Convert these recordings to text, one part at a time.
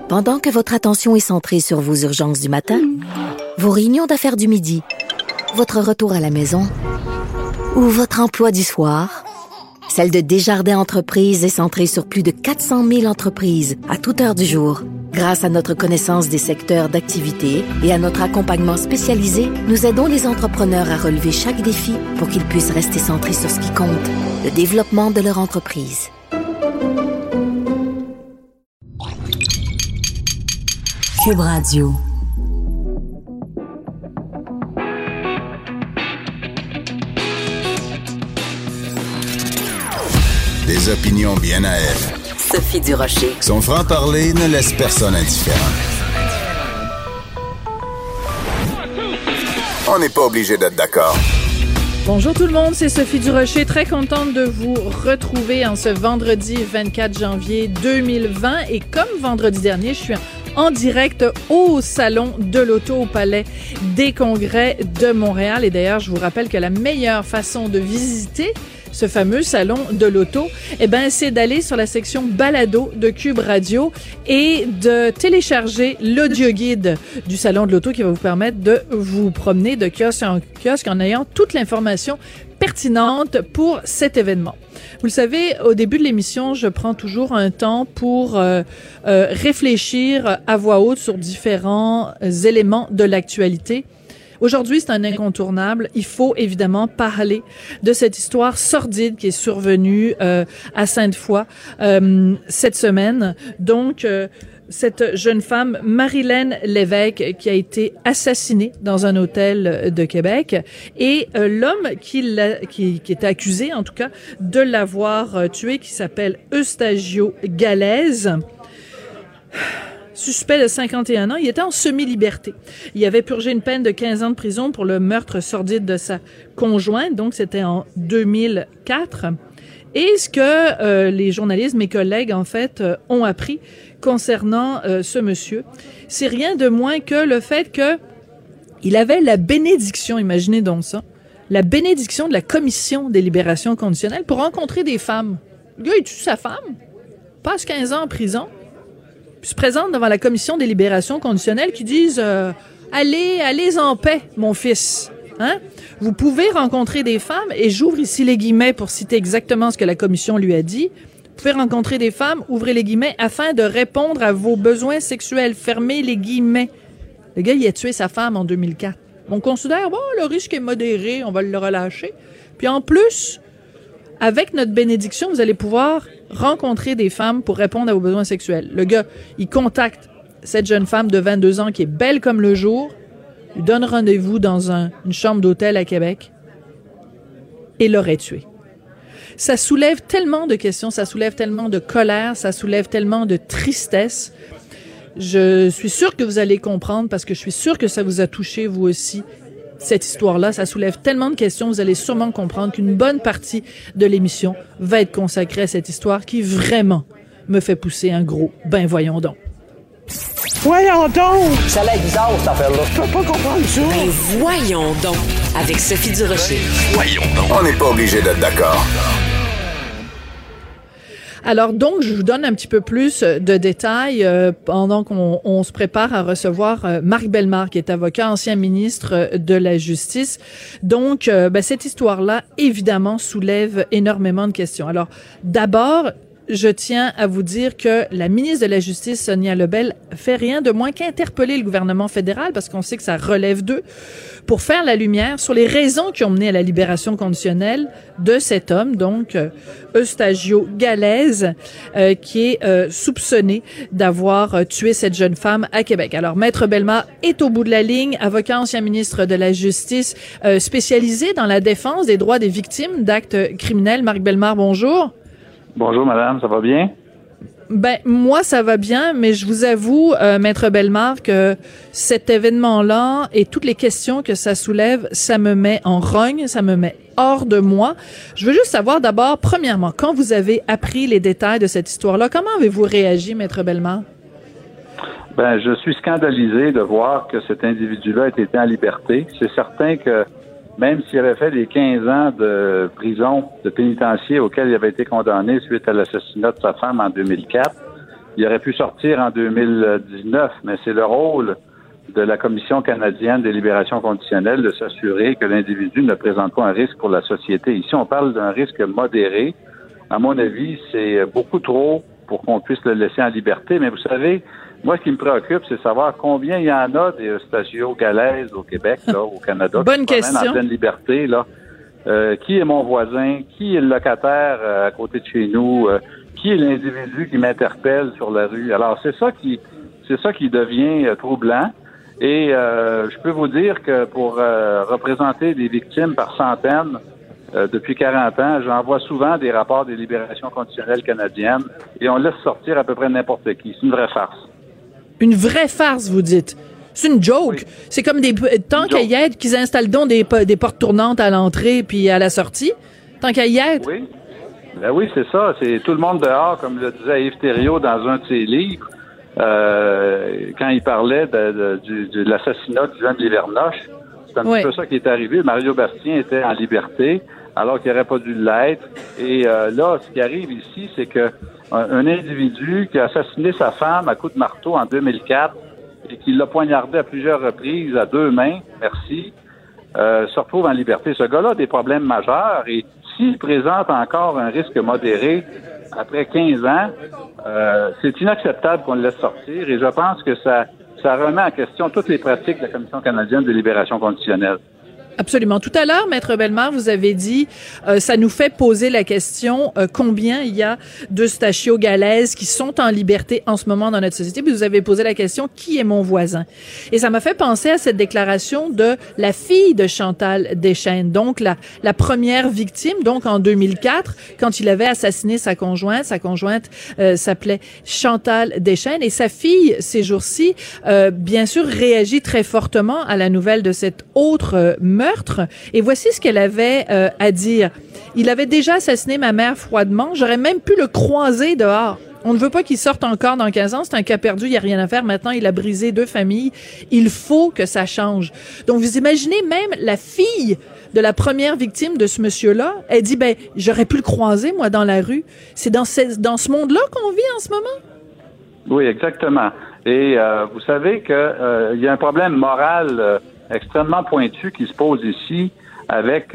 Pendant que votre attention est centrée sur vos urgences du matin, vos réunions d'affaires du midi, votre retour à la maison ou votre emploi du soir, celle de Desjardins Entreprises est centrée sur plus de 400 000 entreprises à toute heure du jour. Grâce à notre connaissance des secteurs d'activité et à notre accompagnement spécialisé, nous aidons les entrepreneurs à relever chaque défi pour qu'ils puissent rester centrés sur ce qui compte, le développement de leur entreprise. Cube Radio. Des opinions bien à elle. Sophie Durocher. Son franc-parler ne laisse personne indifférent. On n'est pas obligé d'être d'accord. Bonjour tout le monde, c'est Sophie Durocher, très contente de vous retrouver en ce vendredi 24 janvier 2020. Et comme vendredi dernier, je suis en direct au Salon de l'Auto au Palais des Congrès de Montréal. Et d'ailleurs, je vous rappelle que la meilleure façon de visiter ce fameux salon de l'auto, c'est d'aller sur la section balado de Cube Radio et de télécharger l'audio-guide du salon de l'auto qui va vous permettre de vous promener de kiosque en kiosque en ayant toute l'information pertinente pour cet événement. Vous le savez, au début de l'émission, je prends toujours un temps pour réfléchir à voix haute sur différents éléments de l'actualité. Aujourd'hui, c'est un incontournable. Il faut évidemment parler de cette histoire sordide qui est survenue à Sainte-Foy cette semaine. Donc, cette jeune femme, Marilène Lévesque, qui a été assassinée dans un hôtel de Québec, et l'homme qui est accusé, en tout cas, de l'avoir tuée, qui s'appelle Eustachio Gallese. Suspect de 51 ans, il était en semi-liberté. Il avait purgé une peine de 15 ans de prison pour le meurtre sordide de sa conjointe, donc c'était en 2004. Et ce que les journalistes, mes collègues, en fait, ont appris concernant ce monsieur, c'est rien de moins que le fait que il avait la bénédiction, imaginez donc ça, la bénédiction de la Commission des libérations conditionnelles pour rencontrer des femmes. Le gars, il tue sa femme, passe 15 ans en prison, puis se présente devant la Commission des libérations conditionnelles qui disent allez en paix, mon fils. Hein? Vous pouvez rencontrer des femmes, et j'ouvre ici les guillemets pour citer exactement ce que la Commission lui a dit. Vous pouvez rencontrer des femmes, ouvrez les guillemets, afin de répondre à vos besoins sexuels. Fermez les guillemets. Le gars, il a tué sa femme en 2004. On considère, le risque est modéré, on va le relâcher. Puis en plus, avec notre bénédiction, vous allez pouvoir rencontrer des femmes pour répondre à vos besoins sexuels. Le gars, il contacte cette jeune femme de 22 ans qui est belle comme le jour, lui donne rendez-vous dans une chambre d'hôtel à Québec et l'aurait tuée. Ça soulève tellement de questions, ça soulève tellement de colère, ça soulève tellement de tristesse. Je suis sûre que vous allez comprendre parce que je suis sûre que ça vous a touché vous aussi. Cette histoire-là, ça soulève tellement de questions, vous allez sûrement comprendre qu'une bonne partie de l'émission va être consacrée à cette histoire qui vraiment me fait pousser un gros « ben voyons donc ». Voyons donc! Ça a l'air bizarre, cette affaire-là. Je peux pas comprendre ça. Ben voyons donc, avec Sophie Durocher. Voyons donc. On n'est pas obligé d'être d'accord. Alors donc, je vous donne un petit peu plus de détails pendant qu'on se prépare à recevoir Marc Bellemare, qui est avocat, ancien ministre de la Justice. Donc, cette histoire-là, évidemment, soulève énormément de questions. Alors, d'abord, je tiens à vous dire que la ministre de la Justice, Sonia Lebel, fait rien de moins qu'interpeller le gouvernement fédéral, parce qu'on sait que ça relève d'eux, pour faire la lumière sur les raisons qui ont mené à la libération conditionnelle de cet homme, donc Eustachio Gallese, qui est soupçonné d'avoir tué cette jeune femme à Québec. Alors, Maître Bellemare est au bout de la ligne, avocat, ancien ministre de la Justice, spécialisé dans la défense des droits des victimes d'actes criminels. Marc Bellemare, bonjour. Bonjour, madame, ça va bien? Moi, ça va bien, mais je vous avoue, Maître Bellemare, que cet événement-là et toutes les questions que ça soulève, ça me met en rogne, ça me met hors de moi. Je veux juste savoir d'abord, premièrement, quand vous avez appris les détails de cette histoire-là, comment avez-vous réagi, Maître Bellemare? Je suis scandalisé de voir que cet individu-là a été en liberté. C'est certain que même s'il avait fait les 15 ans de prison, de pénitencier auquel il avait été condamné suite à l'assassinat de sa femme en 2004, il aurait pu sortir en 2019, mais c'est le rôle de la Commission canadienne des libérations conditionnelles de s'assurer que l'individu ne présente pas un risque pour la société. Ici, on parle d'un risque modéré. À mon avis, c'est beaucoup trop pour qu'on puisse le laisser en liberté. Mais vous savez, moi, ce qui me préoccupe, c'est savoir combien il y en a des Eustachio-Galaises au Québec, là, au Canada. Bonne question. En pleine liberté, là. Qui est mon voisin? Qui est le locataire à côté de chez nous? Qui est l'individu qui m'interpelle sur la rue? Alors, c'est ça qui devient troublant. Et je peux vous dire que pour représenter des victimes par centaines depuis 40 ans, j'envoie souvent des rapports des libérations conditionnelles canadiennes et on laisse sortir à peu près n'importe qui. C'est une vraie farce. Une vraie farce, vous dites? C'est une joke. Oui. C'est comme tant qu'à y être qu'ils installent donc des portes tournantes à l'entrée puis à la sortie. Tant qu'à y être. Oui. Ben oui, c'est ça. C'est tout le monde dehors, comme le disait Yves Thériault dans un de ses livres. Quand il parlait de l'assassinat du jeune Lévernoche, c'est un petit peu ça qui est arrivé. Mario Bastien était en liberté, alors qu'il n'aurait pas dû l'être. Et là, ce qui arrive ici, c'est que un individu qui a assassiné sa femme à coups de marteau en 2004 et qui l'a poignardé à plusieurs reprises à 2 mains, se retrouve en liberté. Ce gars-là a des problèmes majeurs et s'il présente encore un risque modéré après 15 ans, c'est inacceptable qu'on le laisse sortir et je pense que ça remet en question toutes les pratiques de la Commission canadienne de libération conditionnelle. Absolument. Tout à l'heure, Maître Bellemare, vous avez dit, ça nous fait poser la question combien il y a d'Eustachio-Galaises qui sont en liberté en ce moment dans notre société. Puis vous avez posé la question, qui est mon voisin? Et ça m'a fait penser à cette déclaration de la fille de Chantal Deschênes, donc la première victime, donc en 2004, quand il avait assassiné sa conjointe. Sa conjointe s'appelait Chantal Deschênes et sa fille, ces jours-ci, bien sûr, réagit très fortement à la nouvelle de cet autre meurtre. Et voici ce qu'elle avait à dire. Il avait déjà assassiné ma mère froidement. J'aurais même pu le croiser dehors. On ne veut pas qu'il sorte encore dans 15 ans. C'est un cas perdu. Il n'y a rien à faire. Maintenant, il a brisé 2 familles. Il faut que ça change. Donc, vous imaginez même la fille de la première victime de ce monsieur-là. Elle dit, j'aurais pu le croiser, moi, dans la rue. C'est dans ce monde-là qu'on vit en ce moment? Oui, exactement. Et vous savez que il y a un problème moral extrêmement pointu qui se pose ici avec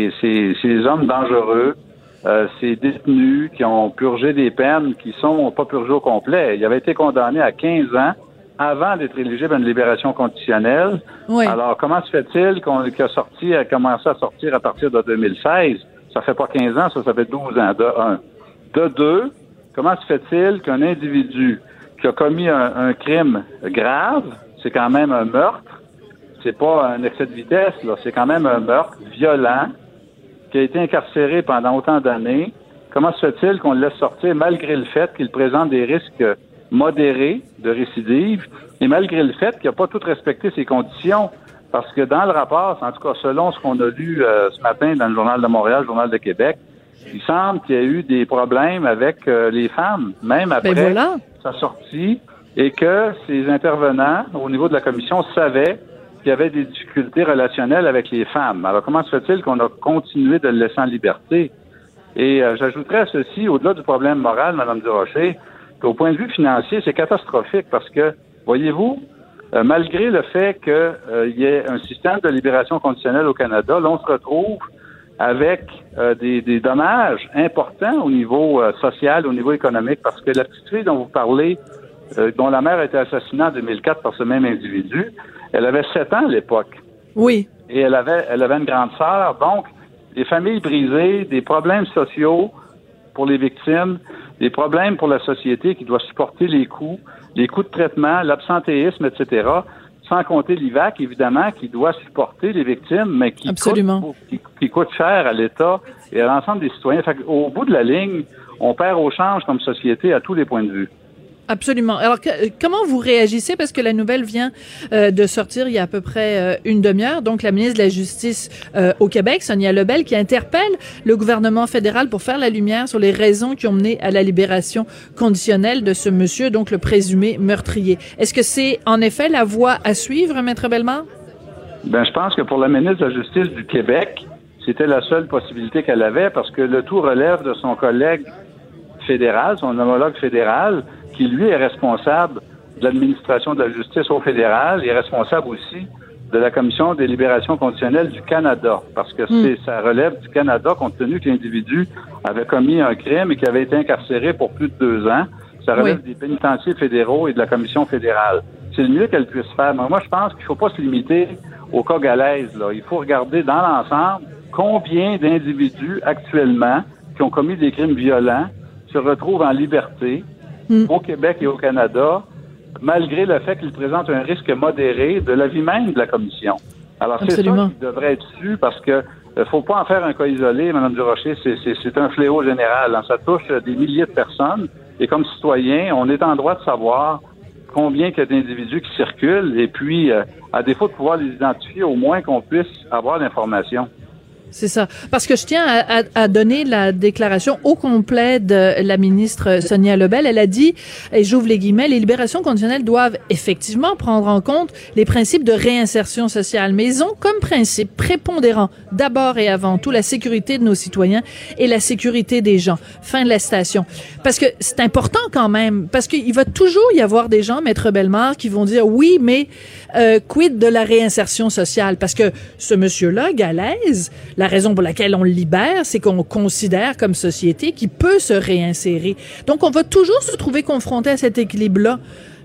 ces hommes dangereux, ces détenus qui ont purgé des peines qui sont pas purgées au complet. Ils avaient été condamnés à 15 ans avant d'être éligibles à une libération conditionnelle. Oui. Alors, comment se fait-il qu'il a commencé à sortir à partir de 2016? Ça fait pas 15 ans, ça fait 12 ans, de 1. De 2, comment se fait-il qu'un individu qui a commis un crime grave, c'est quand même un meurtre, c'est pas un excès de vitesse, là, c'est quand même un meurtre violent qui a été incarcéré pendant autant d'années. Comment se fait-il qu'on le laisse sortir malgré le fait qu'il présente des risques modérés de récidive et malgré le fait qu'il n'a pas tout respecté ses conditions? Parce que dans le rapport, en tout cas selon ce qu'on a lu ce matin dans le Journal de Montréal, le Journal de Québec, il semble qu'il y a eu des problèmes avec les femmes, même après sa sortie, et que ces intervenants au niveau de la commission savaient qu'il y avait des difficultés relationnelles avec les femmes. Alors, comment se fait-il qu'on a continué de le laisser en liberté? Et j'ajouterais à ceci, au-delà du problème moral, Mme Durocher, qu'au point de vue financier, c'est catastrophique parce que, voyez-vous, malgré le fait qu'il y ait un système de libération conditionnelle au Canada, là, on se retrouve avec des dommages importants au niveau social, au niveau économique, parce que la petite fille dont vous parlez, dont la mère a été assassinée en 2004 par ce même individu, elle avait 7 ans à l'époque. Oui. Et elle avait une grande sœur. Donc, des familles brisées, des problèmes sociaux pour les victimes, des problèmes pour la société qui doit supporter les coûts de traitement, l'absentéisme, etc., sans compter l'IVAC, évidemment, qui doit supporter les victimes, mais qui coûte cher à l'État et à l'ensemble des citoyens. Fait qu'au bout de la ligne, on perd au change comme société à tous les points de vue. Absolument. Alors, comment vous réagissez? Parce que la nouvelle vient de sortir il y a à peu près une demi-heure. Donc, la ministre de la Justice au Québec, Sonia Lebel, qui interpelle le gouvernement fédéral pour faire la lumière sur les raisons qui ont mené à la libération conditionnelle de ce monsieur, donc le présumé meurtrier. Est-ce que c'est, en effet, la voie à suivre, Maître Bellemare? Je pense que pour la ministre de la Justice du Québec, c'était la seule possibilité qu'elle avait parce que le tout relève de son collègue fédéral, son homologue fédéral, qui, lui, est responsable de l'administration de la justice au fédéral, et est responsable aussi de la Commission des libérations conditionnelles du Canada, parce que ça relève du Canada, compte tenu que l'individu avait commis un crime et qu'il avait été incarcéré pour plus de 2 ans. Ça relève des pénitenciers fédéraux et de la Commission fédérale. C'est le mieux qu'elle puisse faire. Mais moi, je pense qu'il ne faut pas se limiter au cas Galaise, là. Il faut regarder dans l'ensemble combien d'individus actuellement qui ont commis des crimes violents se retrouvent en liberté au Québec et au Canada, malgré le fait qu'ils présentent un risque modéré de l'avis même de la Commission. Alors, Absolument. c'est ça qui devrait être su, parce que faut pas en faire un cas isolé, Mme Durocher. C'est un fléau général. Hein. Ça touche des milliers de personnes. Et comme citoyen, on est en droit de savoir combien il y a d'individus qui circulent, et puis, à défaut de pouvoir les identifier, au moins qu'on puisse avoir l'information. C'est ça. Parce que je tiens à donner la déclaration au complet de la ministre Sonia Lebel. Elle a dit, et j'ouvre les guillemets, les libérations conditionnelles doivent effectivement prendre en compte les principes de réinsertion sociale, mais ils ont comme principe prépondérant d'abord et avant tout la sécurité de nos citoyens et la sécurité des gens. Fin de la citation. Parce que c'est important quand même, parce qu'il va toujours y avoir des gens, Maître Bellemare, qui vont dire oui, mais quid de la réinsertion sociale? Parce que ce monsieur-là, Galaise, la raison pour laquelle on le libère, c'est qu'on considère comme société qu'il peut se réinsérer. Donc, on va toujours se trouver confronté à cet équilibre-là.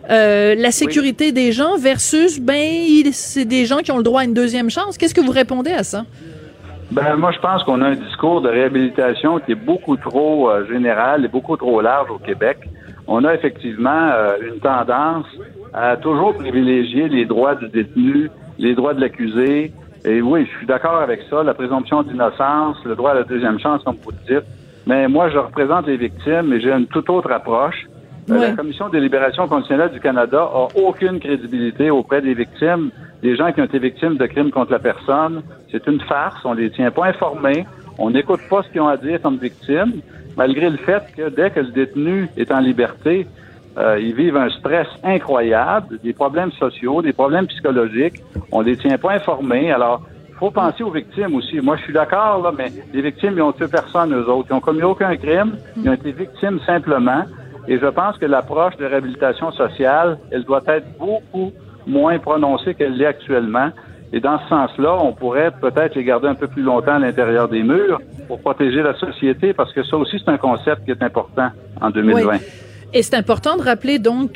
La sécurité des gens versus, c'est des gens qui ont le droit à une deuxième chance. Qu'est-ce que vous répondez à ça? Moi, je pense qu'on a un discours de réhabilitation qui est beaucoup trop général et beaucoup trop large au Québec. On a effectivement une tendance à toujours privilégier les droits du détenu, les droits de l'accusé. Et oui, je suis d'accord avec ça, la présomption d'innocence, le droit à la deuxième chance, comme vous le dites. Mais moi, je représente les victimes et j'ai une toute autre approche. La Commission des libérations conditionnelles du Canada a aucune crédibilité auprès des victimes, des gens qui ont été victimes de crimes contre la personne. C'est une farce, on les tient pas informés, on n'écoute pas ce qu'ils ont à dire comme victimes, malgré le fait que dès que le détenu est en liberté, ils vivent un stress incroyable, des problèmes sociaux, des problèmes psychologiques. On les tient pas informés. Alors, il faut penser aux victimes aussi. Moi, je suis d'accord, là, mais les victimes, ils ont tué personne, eux autres. Ils ont commis aucun crime. Ils ont été victimes simplement. Et je pense que l'approche de réhabilitation sociale, elle doit être beaucoup moins prononcée qu'elle l'est actuellement. Et dans ce sens-là, on pourrait peut-être les garder un peu plus longtemps à l'intérieur des murs pour protéger la société, parce que ça aussi, c'est un concept qui est important en 2020. Oui. Et c'est important de rappeler donc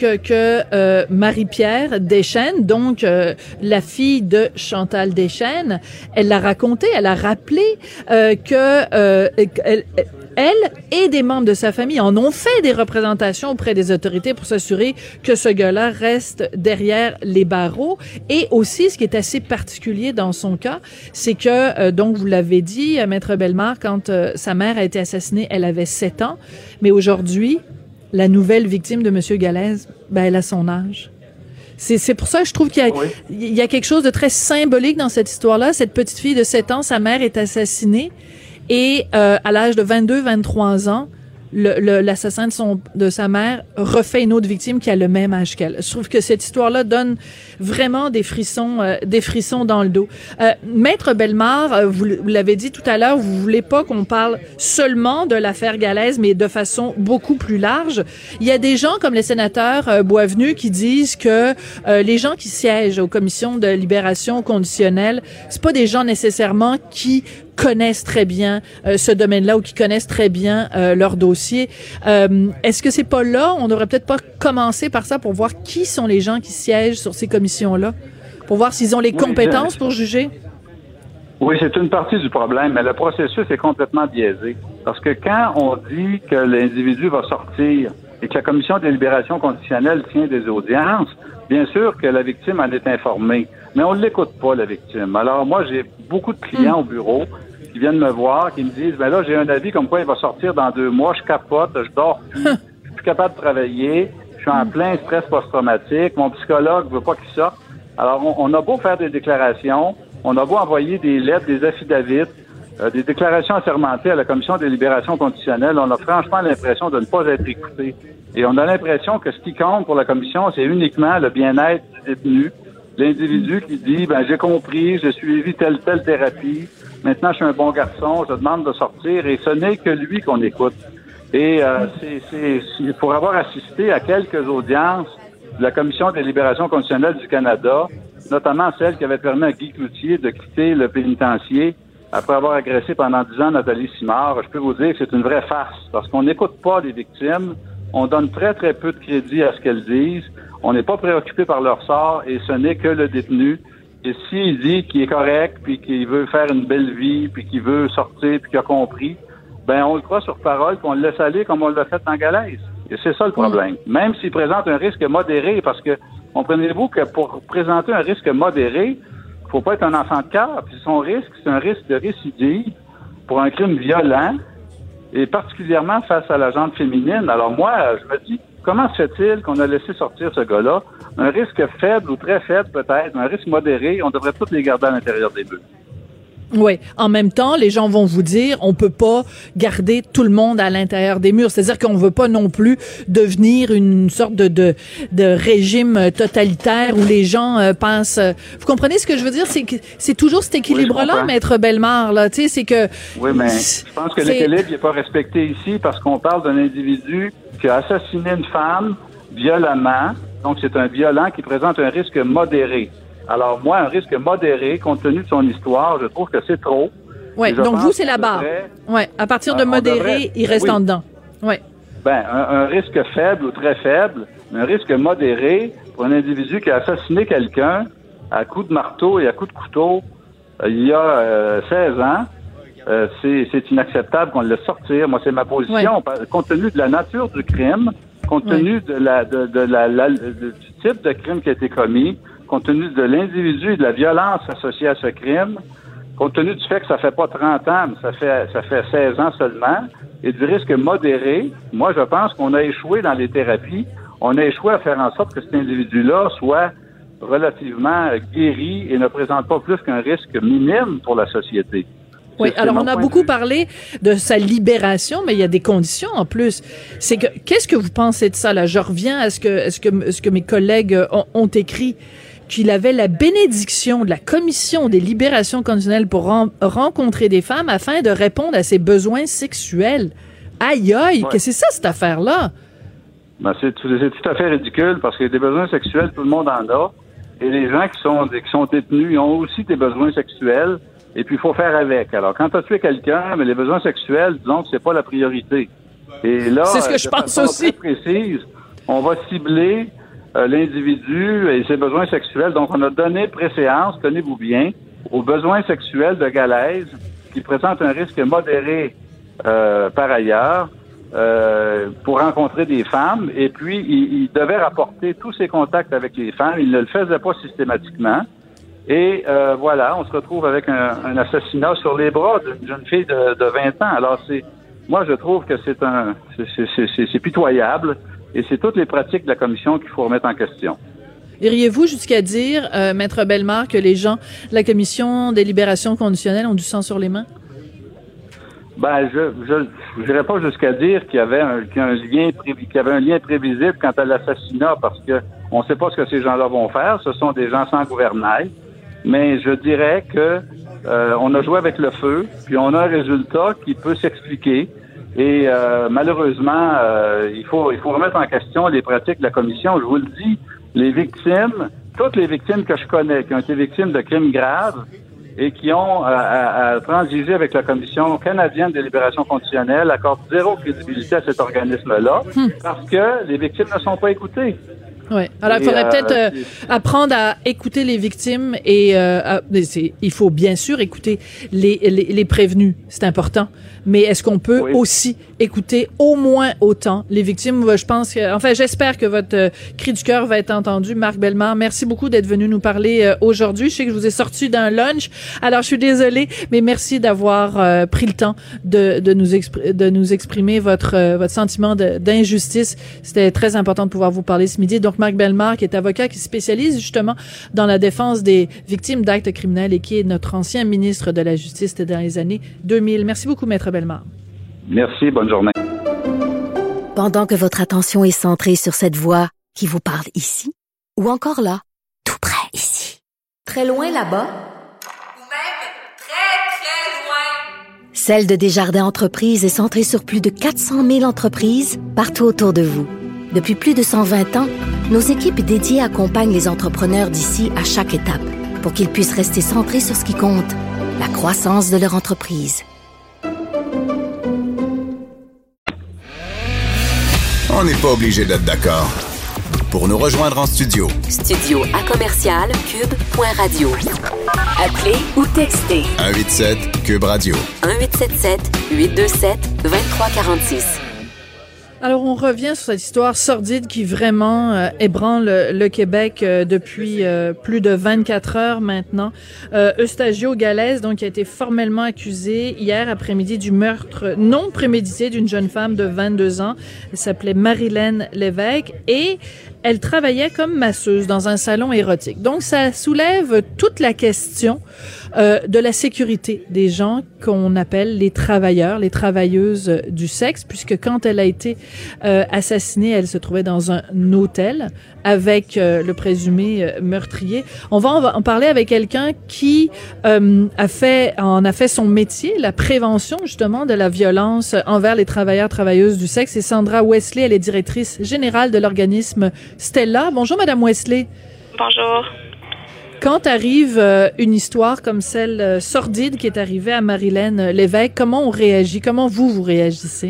que Marie-Pierre Deschênes, donc la fille de Chantal Deschênes, elle l'a raconté, elle a rappelé elle et des membres de sa famille en ont fait des représentations auprès des autorités pour s'assurer que ce gars-là reste derrière les barreaux. Et aussi, ce qui est assez particulier dans son cas, c'est que, donc vous l'avez dit, Maître Bellemare, quand sa mère a été assassinée, elle avait 7 ans. Mais aujourd'hui, la nouvelle victime de M. Galaise, elle a son âge. C'est pour ça que je trouve qu'il y a quelque chose de très symbolique dans cette histoire-là. Cette petite fille de 7 ans, sa mère est assassinée et à l'âge de 22-23 ans, l'assassin de sa mère refait une autre victime qui a le même âge qu'elle. Je trouve que cette histoire-là donne vraiment des frissons dans le dos. Maître Bellemare, vous l'avez dit tout à l'heure, vous voulez pas qu'on parle seulement de l'affaire Galaise, mais de façon beaucoup plus large. Il y a des gens comme les sénateurs Boisvenu qui disent que les gens qui siègent aux commissions de libération conditionnelle, c'est pas des gens nécessairement qui connaissent très bien ce domaine-là ou qui connaissent très bien leur dossier. Est-ce que c'est pas là? On devrait peut-être pas commencer par ça pour voir qui sont les gens qui siègent sur ces commissions-là, pour voir s'ils ont les compétences pour juger? Oui, c'est une partie du problème, mais le processus est complètement biaisé. Parce que quand on dit que l'individu va sortir et que la Commission des libérations conditionnelles tient des audiences, bien sûr que la victime en est informée, mais on ne l'écoute pas, la victime. Alors moi, j'ai beaucoup de clients au bureau qui viennent me voir, qui me disent, là, j'ai un avis comme quoi il va sortir dans 2 mois, je capote, je dors plus, je suis plus capable de travailler, je suis en plein stress post-traumatique, mon psychologue veut pas qu'il sorte. Alors, on a beau faire des déclarations, on a beau envoyer des lettres, des affidavits, des déclarations assermentées à la Commission des libérations conditionnelles, on a franchement l'impression de ne pas être écouté. Et on a l'impression que ce qui compte pour la Commission, c'est uniquement le bien-être du détenu, l'individu qui dit, j'ai compris, j'ai suivi telle thérapie, maintenant je suis un bon garçon, je demande de sortir, et ce n'est que lui qu'on écoute. Et pour avoir assisté à quelques audiences de la Commission des libérations conditionnelles du Canada, notamment celle qui avait permis à Guy Cloutier de quitter le pénitencier après avoir agressé pendant 10 ans Nathalie Simard, je peux vous dire que c'est une vraie farce, parce qu'on n'écoute pas les victimes, on donne très, très peu de crédit à ce qu'elles disent, on n'est pas préoccupé par leur sort, et ce n'est que le détenu. Et s'il dit qu'il est correct, puis qu'il veut faire une belle vie, puis qu'il veut sortir, puis qu'il a compris, ben on le croit sur parole, puis on le laisse aller comme on l'a fait en Galaise. Et c'est ça le problème. Même s'il présente un risque modéré, parce que, comprenez-vous que pour présenter un risque modéré, il faut pas être un enfant de cœur, puis son risque, c'est un risque de récidive pour un crime violent, et particulièrement face à la gente féminine. Alors moi, je me dis, comment se fait-il qu'on a laissé sortir ce gars-là? Un risque faible ou très faible peut-être, un risque modéré, on devrait tous les garder à l'intérieur des bulles. Oui. En même temps, les gens vont vous dire, on peut pas garder tout le monde à l'intérieur des murs. C'est-à-dire qu'on veut pas non plus devenir une sorte de régime totalitaire où les gens pensent. Vous comprenez ce que je veux dire? C'est que c'est toujours cet équilibre-là, Maître Bellemare, là. Tu sais, c'est que. Oui, mais je pense que l'équilibre n'est pas respecté ici parce qu'on parle d'un individu qui a assassiné une femme violemment. Donc, c'est un violent qui présente un risque modéré. Alors, moi, un risque modéré, compte tenu de son histoire, je trouve que c'est trop. Oui, donc vous, c'est la barre. Oui, à partir de modéré, il reste en dedans. Oui. Ben, un risque faible ou très faible, un risque modéré pour un individu qui a assassiné quelqu'un à coups de marteau et à coups de couteau il y a 16 ans, c'est inacceptable qu'on le laisse sortir. Moi, c'est ma position. Oui. Compte tenu de la nature du crime, compte tenu du type de crime qui a été commis, compte tenu de l'individu et de la violence associée à ce crime, compte tenu du fait que ça fait pas 30 ans, mais ça fait 16 ans seulement, et du risque modéré, moi, je pense qu'on a échoué dans les thérapies. On a échoué à faire en sorte que cet individu-là soit relativement guéri et ne présente pas plus qu'un risque minime pour la société. Oui, alors on a beaucoup parlé de sa libération, mais il y a des conditions en plus. C'est que, qu'est-ce que vous pensez de ça, là? Je reviens à ce que mes collègues ont écrit, qu'il avait la bénédiction de la Commission des libérations conditionnelles pour rencontrer des femmes afin de répondre à ses besoins sexuels. Aïe, aïe, qu'est-ce que c'est ça, cette affaire-là? Ben, c'est tout à fait ridicule, parce que des besoins sexuels, tout le monde en a. Et les gens qui sont détenus, ils ont aussi des besoins sexuels. Et puis, il faut faire avec. Alors, quand tu as tué quelqu'un, mais les besoins sexuels, disons que c'est pas la priorité. Et là, c'est ce que je pense aussi. Très précise, on va cibler l'individu et ses besoins sexuels. Donc, on a donné préséance, tenez-vous bien, aux besoins sexuels de Galaise, qui présentent un risque modéré par ailleurs, pour rencontrer des femmes. Et puis, il devait rapporter tous ses contacts avec les femmes. Il ne le faisait pas systématiquement. Et voilà, on se retrouve avec un assassinat sur les bras d'une jeune fille de 20 ans. Alors, moi, je trouve que c'est pitoyable. Et c'est toutes les pratiques de la Commission qu'il faut remettre en question. Iriez-vous jusqu'à dire, Maître Bellemare, que les gens de la Commission des libérations conditionnelles ont du sang sur les mains? Ben, je n'irais pas jusqu'à dire qu'il y avait un lien prévisible quant à l'assassinat, parce que on ne sait pas ce que ces gens-là vont faire. Ce sont des gens sans gouvernail. Mais je dirais que on a joué avec le feu, puis on a un résultat qui peut s'expliquer. Et malheureusement, il faut remettre en question les pratiques de la Commission. Je vous le dis, les victimes, toutes les victimes que je connais, qui ont été victimes de crimes graves et qui ont à transiger avec la Commission canadienne des libérations conditionnelles, accordent zéro crédibilité à cet organisme-là, parce que les victimes ne sont pas écoutées. Oui. Alors, il faudrait peut-être apprendre à écouter les victimes et il faut bien sûr écouter les prévenus. C'est important. Mais est-ce qu'on peut aussi écouter au moins autant les victimes? Je pense que, enfin, j'espère que votre cri du cœur va être entendu. Marc Bellemare, merci beaucoup d'être venu nous parler aujourd'hui. Je sais que je vous ai sorti d'un lunch. Alors, je suis désolée, mais merci d'avoir pris le temps de nous exprimer votre sentiment d'injustice. C'était très important de pouvoir vous parler ce midi. Donc, Marc Bellemare, qui est avocat, qui se spécialise justement dans la défense des victimes d'actes criminels et qui est notre ancien ministre de la Justice dans les années 2000. Merci beaucoup, Maître Bellemare. Merci, bonne journée. Pendant que votre attention est centrée sur cette voix qui vous parle ici, ou encore là, tout près ici, très loin là-bas, ou même très, très loin, Celle de Desjardins Entreprises est centrée sur plus de 400 000 entreprises partout autour de vous. Depuis plus de 120 ans, nos équipes dédiées accompagnent les entrepreneurs d'ici à chaque étape pour qu'ils puissent rester centrés sur ce qui compte, la croissance de leur entreprise. On n'est pas obligé d'être d'accord. Pour nous rejoindre en studio. Studio à commercial cube.radio. Appelez ou textez. 187 Cube Radio. 1877-827-2346. Alors, on revient sur cette histoire sordide qui vraiment ébranle le Québec depuis plus de 24 heures maintenant. Eustachio Galès, donc, a été formellement accusé hier après-midi du meurtre non prémédité d'une jeune femme de 22 ans. Elle s'appelait Marilène Lévesque et elle travaillait comme masseuse dans un salon érotique. Donc, ça soulève toute la question de la sécurité des gens qu'on appelle les travailleurs, les travailleuses du sexe, puisque quand elle a été assassinée, elle se trouvait dans un hôtel avec le présumé meurtrier. On va en parler avec quelqu'un qui en a fait son métier, la prévention justement de la violence envers les travailleurs, travailleuses du sexe. C'est Sandra Wesley, elle est directrice générale de l'organisme Stella. Bonjour Madame Wesley. Bonjour. Quand arrive une histoire comme celle sordide qui est arrivée à Marilène Lévesque, comment on réagit? Comment vous réagissez?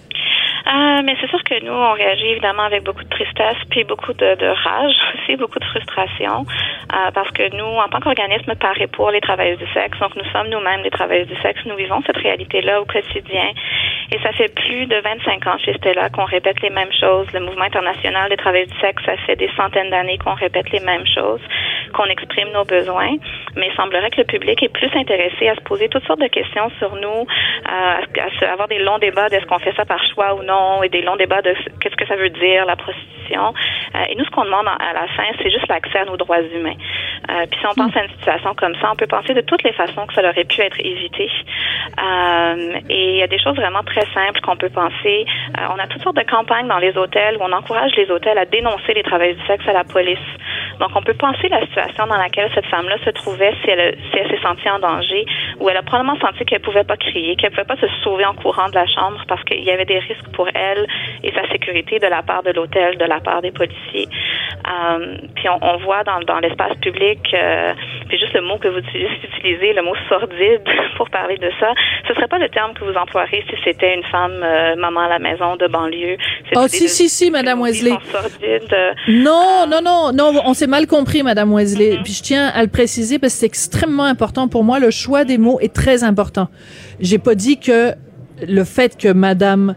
Mais c'est sûr que nous, on réagit évidemment avec beaucoup de tristesse, puis beaucoup de rage aussi, beaucoup de frustration, parce que nous, en tant qu'organisme paré pour les travailleuses du sexe, donc nous sommes nous-mêmes des travailleuses du sexe, nous vivons cette réalité-là au quotidien, et ça fait plus de 25 ans chez Stella qu'on répète les mêmes choses. Le mouvement international des travailleuses du sexe, ça fait des centaines d'années qu'on répète les mêmes choses, qu'on exprime nos besoins, mais il semblerait que le public est plus intéressé à se poser toutes sortes de questions sur nous, à avoir des longs débats de est-ce qu'on fait ça par choix ou non, et des longs débats de qu'est-ce que ça veut dire, la prostitution. Et nous, ce qu'on demande à la fin, c'est juste l'accès à nos droits humains. Puis si on pense à une situation comme ça, on peut penser de toutes les façons que ça aurait pu être évité. Et il y a des choses vraiment très simples qu'on peut penser. On a toutes sortes de campagnes dans les hôtels où on encourage les hôtels à dénoncer les travailleurs du sexe à la police. Donc, on peut penser la situation dans laquelle cette femme-là se trouvait si elle s'est sentie en danger, où elle a probablement senti qu'elle pouvait pas crier, qu'elle pouvait pas se sauver en courant de la chambre parce qu'il y avait des risques pour elle et sa sécurité de la part de l'hôtel, de la part des policiers. Puis on voit dans l'espace public, puis juste le mot que vous utilisez, le mot sordide pour parler de ça, ce serait pas le terme que vous emploierez si c'était une femme maman à la maison de banlieue. Oh, si, Madame Wesley. Non, on s'est mal compris, Madame Wesley. Puis je tiens à le préciser parce que c'est extrêmement important pour moi. Le choix des mots est très important. J'ai pas dit que le fait que Madame,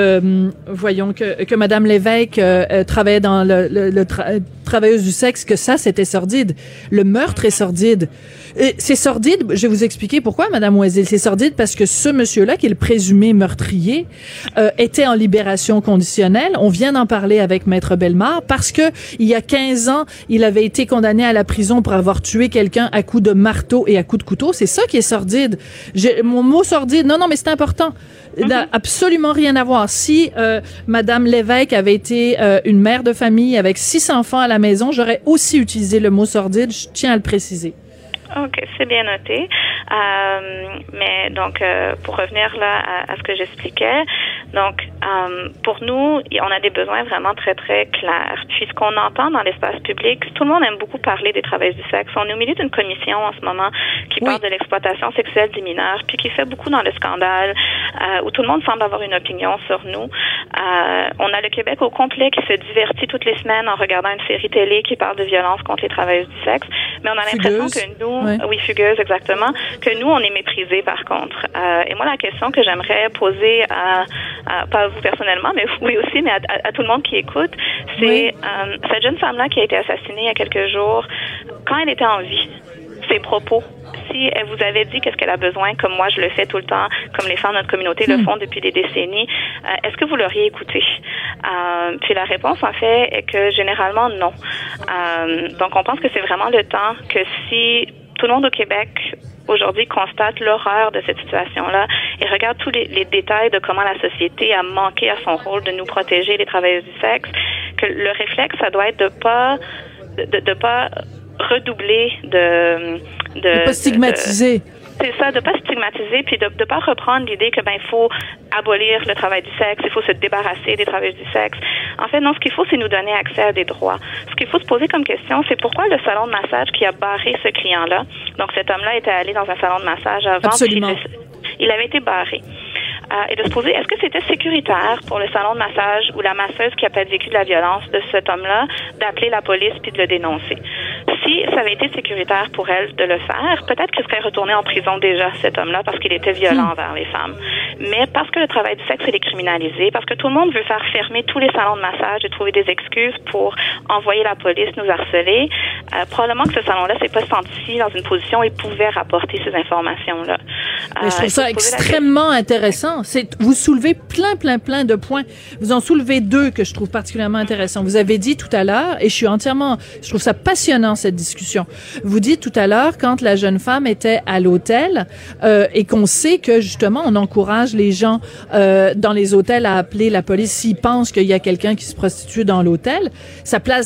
que Madame Lévesque travaillait dans travailleuse du sexe, que ça c'était sordide. Le meurtre est sordide. C'est sordide. Je vais vous expliquer pourquoi, Madame Wesley. C'est sordide parce que ce monsieur-là, qui est le présumé meurtrier, était en libération conditionnelle. On vient d'en parler avec Maître Bellemare parce que il y a 15 ans, il avait été condamné à la prison pour avoir tué quelqu'un à coups de marteau et à coups de couteau. C'est ça qui est sordide. Mon mot sordide. Non, mais c'est important. N'a absolument rien à voir. Si Madame Lévesque avait été une mère de famille avec 6 enfants à la maison, j'aurais aussi utilisé le mot sordide. Je tiens à le préciser. OK, c'est bien noté. Mais donc, pour revenir là à ce que j'expliquais, donc, pour nous, on a des besoins vraiment très, très clairs. Puis, ce qu'on entend dans l'espace public, tout le monde aime beaucoup parler des travailleurs du sexe. On est au milieu d'une commission en ce moment qui parle de l'exploitation sexuelle des mineurs, puis qui fait beaucoup dans le scandale, où tout le monde semble avoir une opinion sur nous. On a le Québec au complet qui se divertit toutes les semaines en regardant une série télé qui parle de violence contre les travailleurs du sexe. Mais on a l'impression que nous, oui, fugueuse, exactement, que nous, on est méprisés, par contre. Et moi, la question que j'aimerais poser pas à vous personnellement, mais oui aussi, mais à tout le monde qui écoute, c'est cette jeune femme-là qui a été assassinée il y a quelques jours, quand elle était en vie, ses propos, si elle vous avait dit qu'est-ce qu'elle a besoin, comme moi je le fais tout le temps, comme les femmes de notre communauté le font depuis des décennies, est-ce que vous l'auriez écouté? Puis la réponse, en fait, est que généralement, non. Donc, on pense que c'est vraiment le temps que si tout le monde au Québec aujourd'hui constate l'horreur de cette situation-là et regarde tous les détails de comment la société a manqué à son rôle de nous protéger, les travailleuses du sexe, que le réflexe, ça doit être de pas redoubler de pas stigmatiser. C'est ça, de pas stigmatiser, puis de pas reprendre l'idée que il faut abolir le travail du sexe, il faut se débarrasser des travailleurs du sexe. En fait, non, ce qu'il faut, c'est nous donner accès à des droits. Ce qu'il faut se poser comme question, c'est pourquoi le salon de massage qui a barré ce client-là, donc cet homme-là était allé dans un salon de massage avant, Absolument. Il avait été barré. Et de se poser, est-ce que c'était sécuritaire pour le salon de massage ou la masseuse qui a peut-être vécu de la violence de cet homme-là d'appeler la police puis de le dénoncer? Si ça avait été sécuritaire pour elle de le faire, peut-être qu'elle serait retournée en prison déjà, cet homme-là, parce qu'il était violent envers les femmes. Mais parce que le travail du sexe, il est criminalisé, parce que tout le monde veut faire fermer tous les salons de massage et trouver des excuses pour envoyer la police nous harceler, probablement que ce salon-là s'est pas senti dans une position où il pouvait rapporter ces informations-là. Mais je trouve ça extrêmement intéressant. Vous soulevez plein de points. Vous en soulevez deux que je trouve particulièrement intéressants. Vous avez dit tout à l'heure, et je trouve ça passionnant cette discussion. Vous dites tout à l'heure, quand la jeune femme était à l'hôtel, et qu'on sait que justement on encourage les gens dans les hôtels à appeler la police s'ils pensent qu'il y a quelqu'un qui se prostitue dans l'hôtel, ça place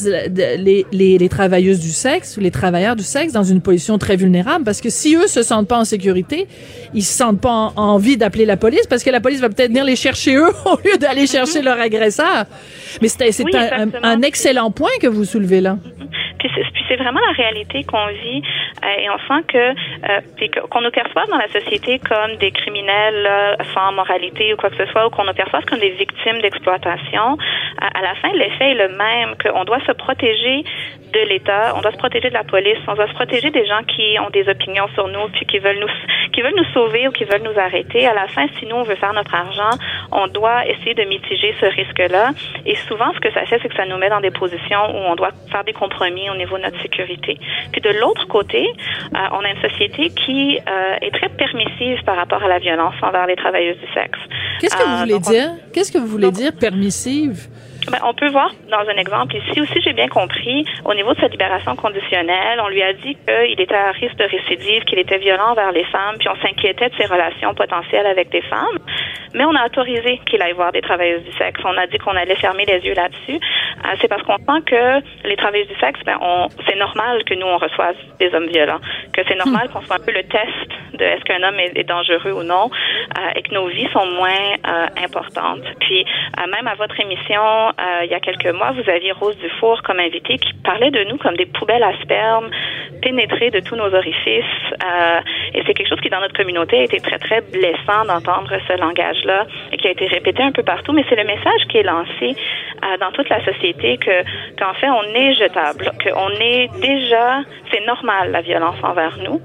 les travailleuses du sexe ou les travailleurs du sexe dans une position très vulnérable, parce que si eux se sentent pas en sécurité, ils se sentent pas envie d'appeler la police, parce que la police va peut-être venir les chercher eux au lieu d'aller chercher leur agresseur. Mais c'est un excellent point que vous soulevez là. Puis c'est vraiment la réalité qu'on vit et on sent qu'on nous perçoive dans la société comme des criminels sans moralité ou quoi que ce soit, ou qu'on nous perçoive comme des victimes d'exploitation. À la fin, l'effet est le même, qu'on doit se protéger de l'État, on doit se protéger de la police, on doit se protéger des gens qui ont des opinions sur nous puis qui veulent nous sauver ou qui veulent nous arrêter. À la fin, si nous on veut faire notre argent, on doit essayer de mitiger ce risque-là. Et souvent, ce que ça fait, c'est que ça nous met dans des positions où on doit faire des compromis au niveau de notre sécurité. Puis de l'autre côté, on a une société qui est très permissive par rapport à la violence envers les travailleuses du sexe. Qu'est-ce que vous voulez dire? Qu'est-ce que vous voulez dire permissive? On peut voir dans un exemple ici aussi, j'ai bien compris, au niveau de sa libération conditionnelle, on lui a dit qu'il était à risque de récidive, qu'il était violent envers les femmes, puis on s'inquiétait de ses relations potentielles avec des femmes, mais on a autorisé qu'il aille voir des travailleuses du sexe. On a dit qu'on allait fermer les yeux là-dessus. C'est parce qu'on sent que les travailleuses du sexe, c'est normal que nous, on reçoive des hommes violents, que c'est normal qu'on soit un peu le test de est-ce qu'un homme est dangereux ou non, et que nos vies sont moins importantes. Puis, même à votre émission, il y a quelques mois, vous aviez Rose Dufour comme invitée qui parlait de nous comme des poubelles à sperme pénétrées de tous nos orifices. Et c'est quelque chose qui, dans notre communauté, a été très, très blessant d'entendre ce langage-là et qui a été répété un peu partout. Mais c'est le message qui est lancé dans toute la société qu'en fait, on est jetable, qu'on est déjà... C'est normal, la violence envers nous.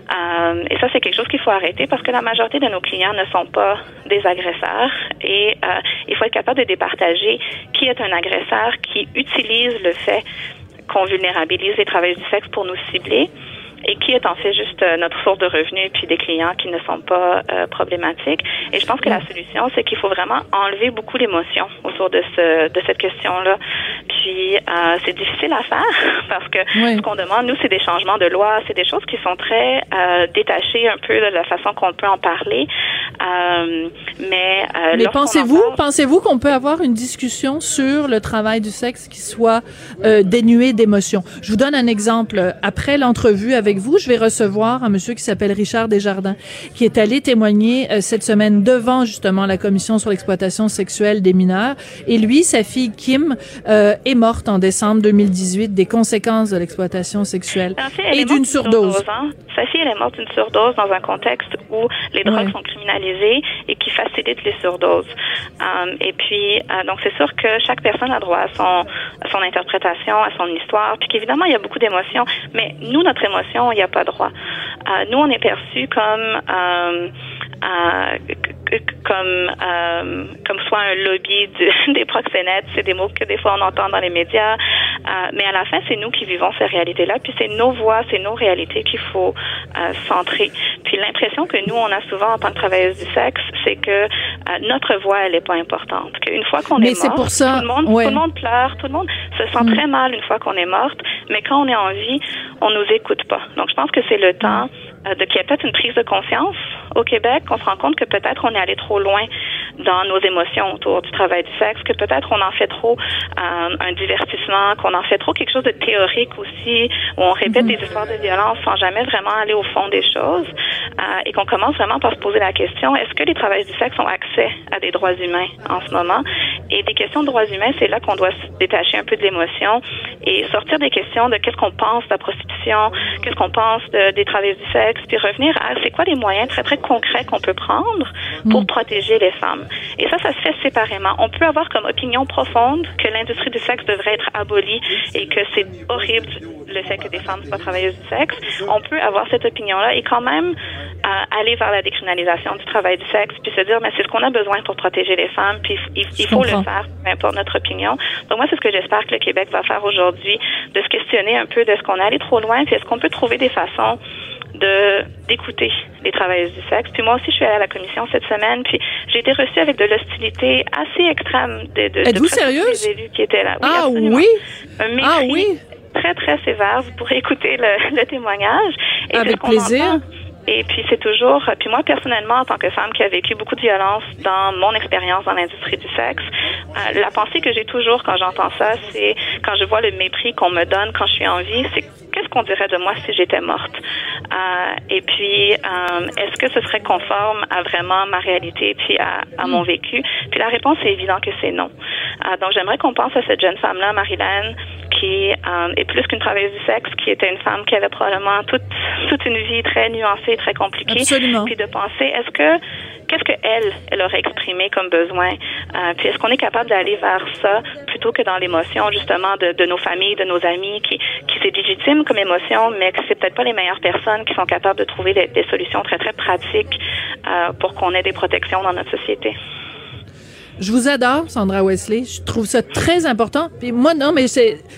Et ça, c'est quelque chose qu'il faut arrêter parce que la majorité de nos clients ne sont pas des agresseurs. Et il faut être capable de départager qui est un agresseur qui utilise le fait qu'on vulnérabilise les travailleurs du sexe pour nous cibler et qui est en fait juste notre source de revenus puis des clients qui ne sont pas problématiques. Et je pense que la solution, c'est qu'il faut vraiment enlever beaucoup l'émotion autour de cette question-là. Puis c'est difficile à faire parce que ce qu'on demande, nous, c'est des changements de loi, c'est des choses qui sont très détachées un peu de la façon qu'on peut en parler. Mais pensez-vous qu'on peut avoir une discussion sur le travail du sexe qui soit dénué d'émotion? Je vous donne un exemple. Après l'entrevue avec vous, je vais recevoir un monsieur qui s'appelle Richard Desjardins, qui est allé témoigner cette semaine devant justement la commission sur l'exploitation sexuelle des mineurs. Et lui, sa fille Kim est morte en décembre 2018 des conséquences de l'exploitation sexuelle et d'une surdose. Sa fille, elle est morte d'une surdose dans un contexte où les drogues sont criminalisées et qui facilitent les surdoses. Et puis, donc c'est sûr que chaque personne a droit à son interprétation, à son histoire, puis qu'évidemment, il y a beaucoup d'émotions. Mais nous, notre émotion, il n'y a pas droit. Nous, on est perçus comme soit un lobby des proxénètes. C'est des mots que des fois on entend dans les médias. Mais à la fin, c'est nous qui vivons ces réalités-là. Puis c'est nos voix, c'est nos réalités qu'il faut centrer. Puis l'impression que nous, on a souvent en tant que travailleuses du sexe, c'est que notre voix, elle n'est pas importante. Qu'une fois qu'on est mort, tout le monde pleure, tout le monde se sent très mal une fois qu'on est morte. Mais quand on est en vie, on nous écoute pas. Donc je pense que c'est le temps qu'il y ait peut-être une prise de conscience au Québec, qu'on se rend compte que peut-être on est allé trop loin dans nos émotions autour du travail du sexe, que peut-être on en fait trop un divertissement, qu'on en fait trop quelque chose de théorique aussi, où on répète des histoires de violence sans jamais vraiment aller au fond des choses, et qu'on commence vraiment par se poser la question, est-ce que les travailleurs du sexe ont accès à des droits humains en ce moment? Et des questions de droits humains, c'est là qu'on doit se détacher un peu de l'émotion et sortir des questions de qu'est-ce qu'on pense de la prostitution, qu'est-ce qu'on pense des travailleurs du sexe, puis revenir à c'est quoi les moyens très, très concrets qu'on peut prendre pour protéger les femmes. Et ça se fait séparément. On peut avoir comme opinion profonde que l'industrie du sexe devrait être abolie et que c'est horrible le fait que des femmes ne soient pas travailleuses du sexe. On peut avoir cette opinion-là et quand même aller vers la décriminalisation du travail du sexe, puis se dire, mais c'est ce qu'on a besoin pour protéger les femmes, puis il faut le faire, peu importe notre opinion. Donc moi, c'est ce que j'espère que le Québec va faire aujourd'hui, de se questionner un peu de ce qu'on est allé trop loin, puis est-ce qu'on peut trouver des façons d'écouter les travailleuses du sexe. Puis moi aussi, je suis allée à la commission cette semaine, puis j'ai été reçue avec de l'hostilité assez extrême Êtes-vous sérieuse? Des élus qui étaient là. Oui, ah absolument. oui? Un mépris très, très sévère. Vous pourrez écouter le témoignage. Et avec plaisir. Et puis c'est toujours, puis moi personnellement en tant que femme qui a vécu beaucoup de violence dans mon expérience dans l'industrie du sexe, la pensée que j'ai toujours quand j'entends ça, c'est quand je vois le mépris qu'on me donne quand je suis en vie, c'est qu'est-ce qu'on dirait de moi si j'étais morte? Et puis est-ce que ce serait conforme à vraiment ma réalité puis à mon vécu? Puis la réponse est évidente que c'est non. Donc j'aimerais qu'on pense à cette jeune femme-là, Marilyn, qui est plus qu'une travailleuse du sexe, qui était une femme qui avait probablement toute une vie très nuancée, très compliquée. Absolument. Puis de penser, qu'est-ce que elle aurait exprimé comme besoin? Puis est-ce qu'on est capable d'aller vers ça plutôt que dans l'émotion justement de nos familles, de nos amis, qui c'est légitime comme émotion, mais que c'est peut-être pas les meilleures personnes qui sont capables de trouver des solutions très très pratiques pour qu'on ait des protections dans notre société. Je vous adore, Sandra Wesley. Je trouve ça très important. Puis moi, non, mais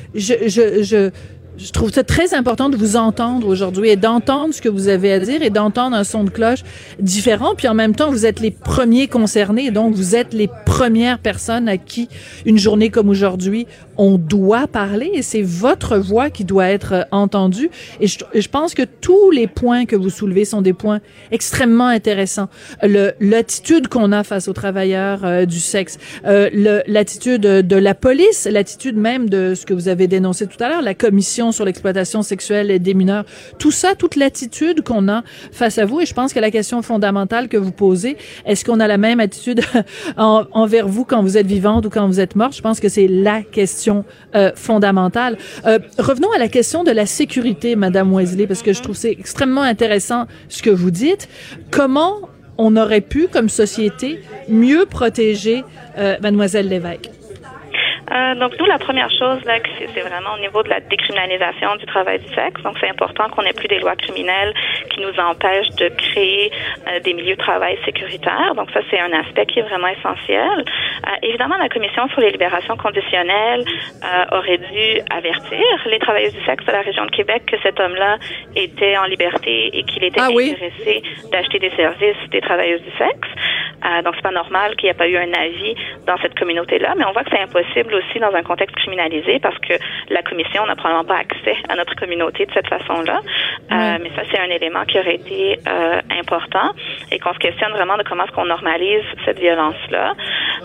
je trouve ça très important de vous entendre aujourd'hui et d'entendre ce que vous avez à dire et d'entendre un son de cloche différent. Puis en même temps, vous êtes les premiers concernés. Donc, vous êtes les premières personnes à qui, une journée comme aujourd'hui, on doit parler et c'est votre voix qui doit être entendue. Et je pense que tous les points que vous soulevez sont des points extrêmement intéressants. L'attitude qu'on a face aux travailleurs du sexe, l'attitude de la police, l'attitude même de ce que vous avez dénoncé tout à l'heure, la commission sur l'exploitation sexuelle des mineurs, tout ça, toute l'attitude qu'on a face à vous. Et je pense que la question fondamentale que vous posez, est-ce qu'on a la même attitude envers vous quand vous êtes vivante ou quand vous êtes morte? Je pense que c'est la question fondamentale. Revenons à la question de la sécurité, Madame Wesley, parce que je trouve c'est extrêmement intéressant ce que vous dites. Comment on aurait pu, comme société, mieux protéger Mademoiselle Lévesque? Donc nous, la première chose là, c'est vraiment au niveau de la décriminalisation du travail du sexe. Donc c'est important qu'on n'ait plus des lois criminelles qui nous empêchent de créer des milieux de travail sécuritaires. Donc ça, c'est un aspect qui est vraiment essentiel. Évidemment, la Commission sur les libérations conditionnelles aurait dû avertir les travailleuses du sexe de la région de Québec que cet homme-là était en liberté et qu'il était intéressé d'acheter des services des travailleuses du sexe. Donc c'est pas normal qu'il n'y ait pas eu un avis dans cette communauté-là, mais on voit que c'est impossible aussi dans un contexte criminalisé parce que la commission n'a probablement pas accès à notre communauté de cette façon-là. Mais ça, c'est un élément qui aurait été important et qu'on se questionne vraiment de comment est-ce qu'on normalise cette violence-là.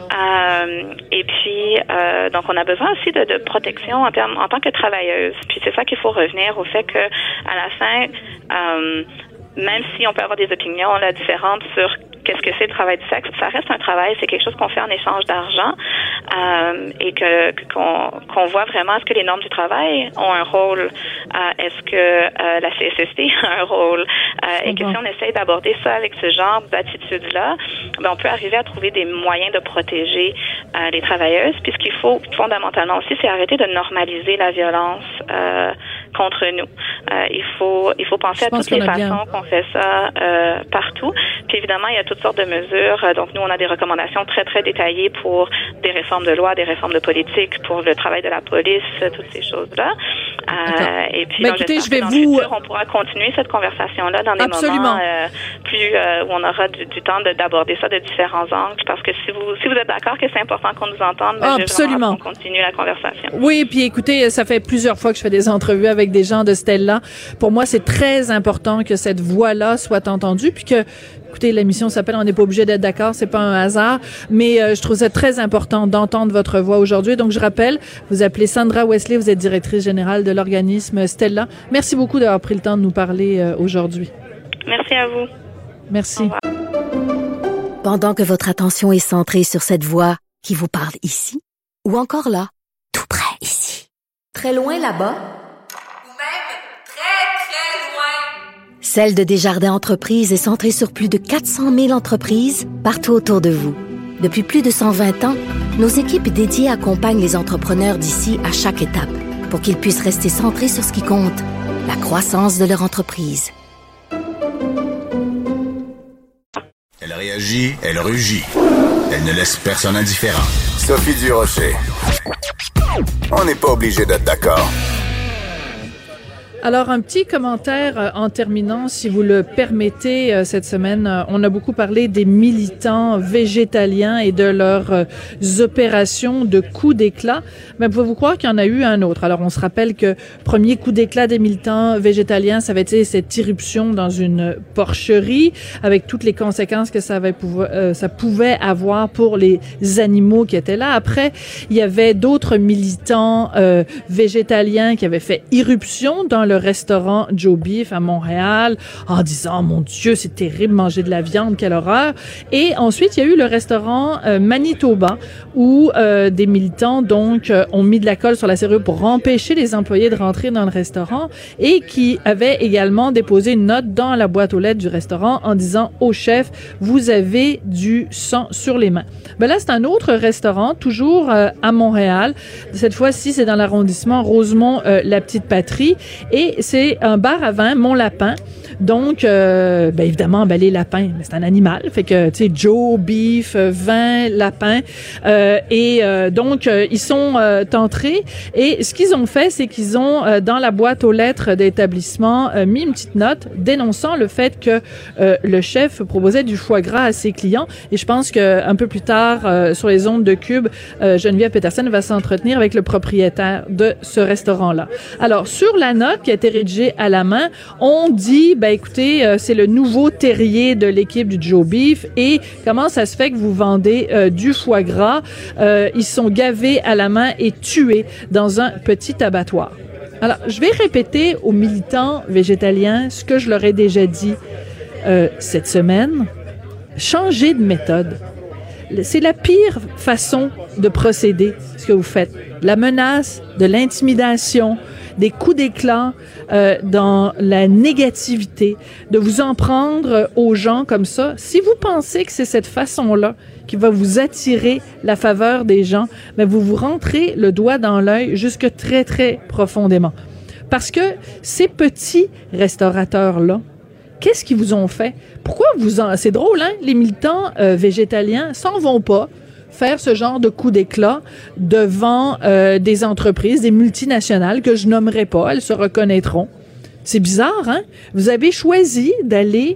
Et puis, donc, on a besoin aussi de protection en tant que travailleuse. Puis c'est ça qu'il faut revenir au fait que à la fin, même si on peut avoir des opinions là différentes sur qu'est-ce que c'est le travail du sexe, ça reste un travail, c'est quelque chose qu'on fait en échange d'argent et qu'on voit vraiment est-ce que les normes du travail ont un rôle, est-ce que la CSST a un rôle et que si on essaye d'aborder ça avec ce genre d'attitude-là, ben on peut arriver à trouver des moyens de protéger les travailleuses. Puis ce qu'il faut fondamentalement aussi, c'est arrêter de normaliser la violence contre nous. Il faut penser à toutes les façons qu'on fait ça partout. Puis évidemment, il y a toutes sortes de mesures. Donc nous, on a des recommandations très, très détaillées pour des réformes de loi, des réformes de politique, pour le travail de la police, toutes ces choses-là. Et puis, donc, écoutez, je vais le futur, on pourra continuer cette conversation-là dans des moments plus où on aura du temps d'aborder ça de différents angles. Parce que si vous êtes d'accord que c'est important qu'on nous entende, absolument, on continue la conversation. Oui, puis écoutez, ça fait plusieurs fois que je fais des entrevues avec des gens de ce style-là. Stella. Pour moi, c'est très important que cette voix-là soit entendue, puis que, écoutez, l'émission s'appelle On n'est pas obligé d'être d'accord, c'est pas un hasard, mais je trouve ça très important d'entendre votre voix aujourd'hui. Donc, je rappelle, vous appelez Sandra Wesley, vous êtes directrice générale de l'organisme Stella. Merci beaucoup d'avoir pris le temps de nous parler aujourd'hui. Merci à vous. Merci. Au revoir. Pendant que votre attention est centrée sur cette voix qui vous parle ici, ou encore là, tout près ici, très loin là-bas, ou même très, très loin. Celle de Desjardins Entreprises est centrée sur plus de 400 000 entreprises partout autour de vous. Depuis plus de 120 ans, nos équipes dédiées accompagnent les entrepreneurs d'ici à chaque étape pour qu'ils puissent rester centrés sur ce qui compte, la croissance de leur entreprise. Elle réagit, elle rugit. Elle ne laisse personne indifférent. Sophie Durocher. On n'est pas obligé d'être d'accord. Alors, un petit commentaire en terminant, si vous le permettez, cette semaine. On a beaucoup parlé des militants végétaliens et de leurs opérations de coups d'éclat. Mais pouvez-vous croire qu'il y en a eu un autre? Alors, on se rappelle que premier coup d'éclat des militants végétaliens, ça avait été cette irruption dans une porcherie, avec toutes les conséquences que ça pouvait avoir pour les animaux qui étaient là. Après, il y avait d'autres militants végétaliens qui avaient fait irruption dans le restaurant Joe Beef à Montréal en disant, mon Dieu, c'est terrible manger de la viande, quelle horreur. Et ensuite, il y a eu le restaurant Manitoba où des militants donc ont mis de la colle sur la serrure pour empêcher les employés de rentrer dans le restaurant et qui avaient également déposé une note dans la boîte aux lettres du restaurant en disant au chef, vous avez du sang sur les mains. Ben là, c'est un autre restaurant, toujours à Montréal. Cette fois-ci, c'est dans l'arrondissement Rosemont, la Petite Patrie. Et c'est un bar à vin, Mon Lapin. Donc, évidemment, les lapins, c'est un animal. Fait que, tu sais, Joe, Beef, vin, lapin. Donc, ils sont entrés. Et ce qu'ils ont fait, c'est qu'ils ont, dans la boîte aux lettres d'établissement, mis une petite note dénonçant le fait que le chef proposait du foie gras à ses clients. Et je pense qu'un peu plus tard, sur les ondes de Cube, Geneviève Peterson va s'entretenir avec le propriétaire de ce restaurant-là. Alors, sur la note qui a été rédigée à la main, on dit, écoutez, c'est le nouveau terrier de l'équipe du Joe Beef et comment ça se fait que vous vendez du foie gras? Ils sont gavés à la main et tués dans un petit abattoir. Alors, je vais répéter aux militants végétaliens ce que je leur ai déjà dit cette semaine. Changez de méthode. C'est la pire façon de procéder, ce que vous faites. La menace, de l'intimidation, des coups d'éclat, dans la négativité, de vous en prendre aux gens comme ça. Si vous pensez que c'est cette façon-là qui va vous attirer la faveur des gens, vous vous rentrez le doigt dans l'œil jusque très, très profondément. Parce que ces petits restaurateurs-là, qu'est-ce qu'ils vous ont fait? Pourquoi c'est drôle, hein? Les militants végétaliens s'en vont pas faire ce genre de coup d'éclat devant des entreprises, des multinationales que je nommerai pas, elles se reconnaîtront. C'est bizarre, hein? Vous avez choisi d'aller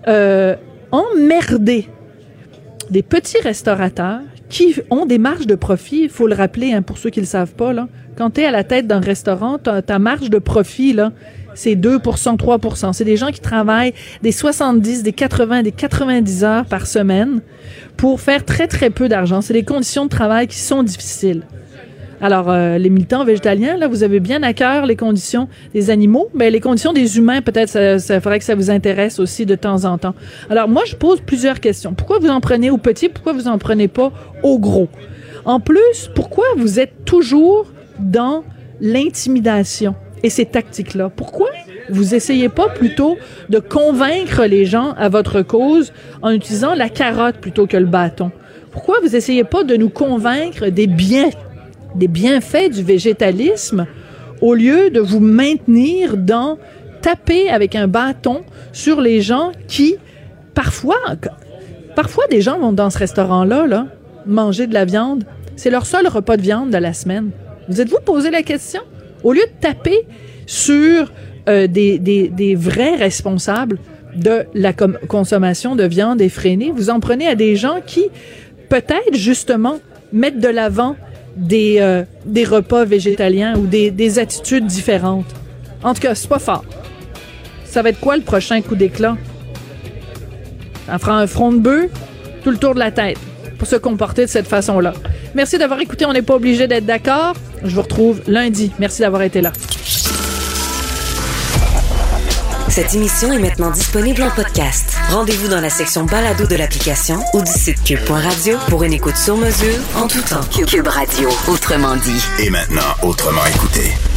emmerder des petits restaurateurs qui ont des marges de profit. Il faut le rappeler, hein, pour ceux qui le savent pas, là. Quand t'es à la tête d'un restaurant, ta marge de profit, là, c'est 2%, 3%. C'est des gens qui travaillent des 70, des 80, des 90 heures par semaine pour faire très, très peu d'argent. C'est des conditions de travail qui sont difficiles. Alors, les militants végétaliens, là, vous avez bien à cœur les conditions des animaux, mais les conditions des humains, peut-être, ça ferait que ça vous intéresse aussi de temps en temps. Alors, moi, je pose plusieurs questions. Pourquoi vous en prenez aux petits? Pourquoi vous en prenez pas aux gros? En plus, pourquoi vous êtes toujours dans l'intimidation et ces tactiques-là? Pourquoi vous essayez pas plutôt de convaincre les gens à votre cause en utilisant la carotte plutôt que le bâton? Pourquoi vous essayez pas de nous convaincre des bienfaits du végétalisme au lieu de vous maintenir dans taper avec un bâton sur les gens qui, parfois des gens vont dans ce restaurant-là, là, manger de la viande. C'est leur seul repas de viande de la semaine. Vous êtes-vous posé la question? Au lieu de taper sur des vrais responsables de la consommation de viande effrénée, vous en prenez à des gens qui, peut-être, justement, mettent de l'avant des repas végétaliens ou des attitudes différentes. En tout cas, c'est pas fort. Ça va être quoi le prochain coup d'éclat? Ça fera un front de bœuf tout le tour de la tête pour se comporter de cette façon-là. Merci d'avoir écouté. On n'est pas obligé d'être d'accord. Je vous retrouve lundi. Merci d'avoir été là. Cette émission est maintenant disponible en podcast. Rendez-vous dans la section balado de l'application ou du site cube.radio pour une écoute sur mesure en tout temps. Cube Radio, autrement dit. Et maintenant, autrement écouté.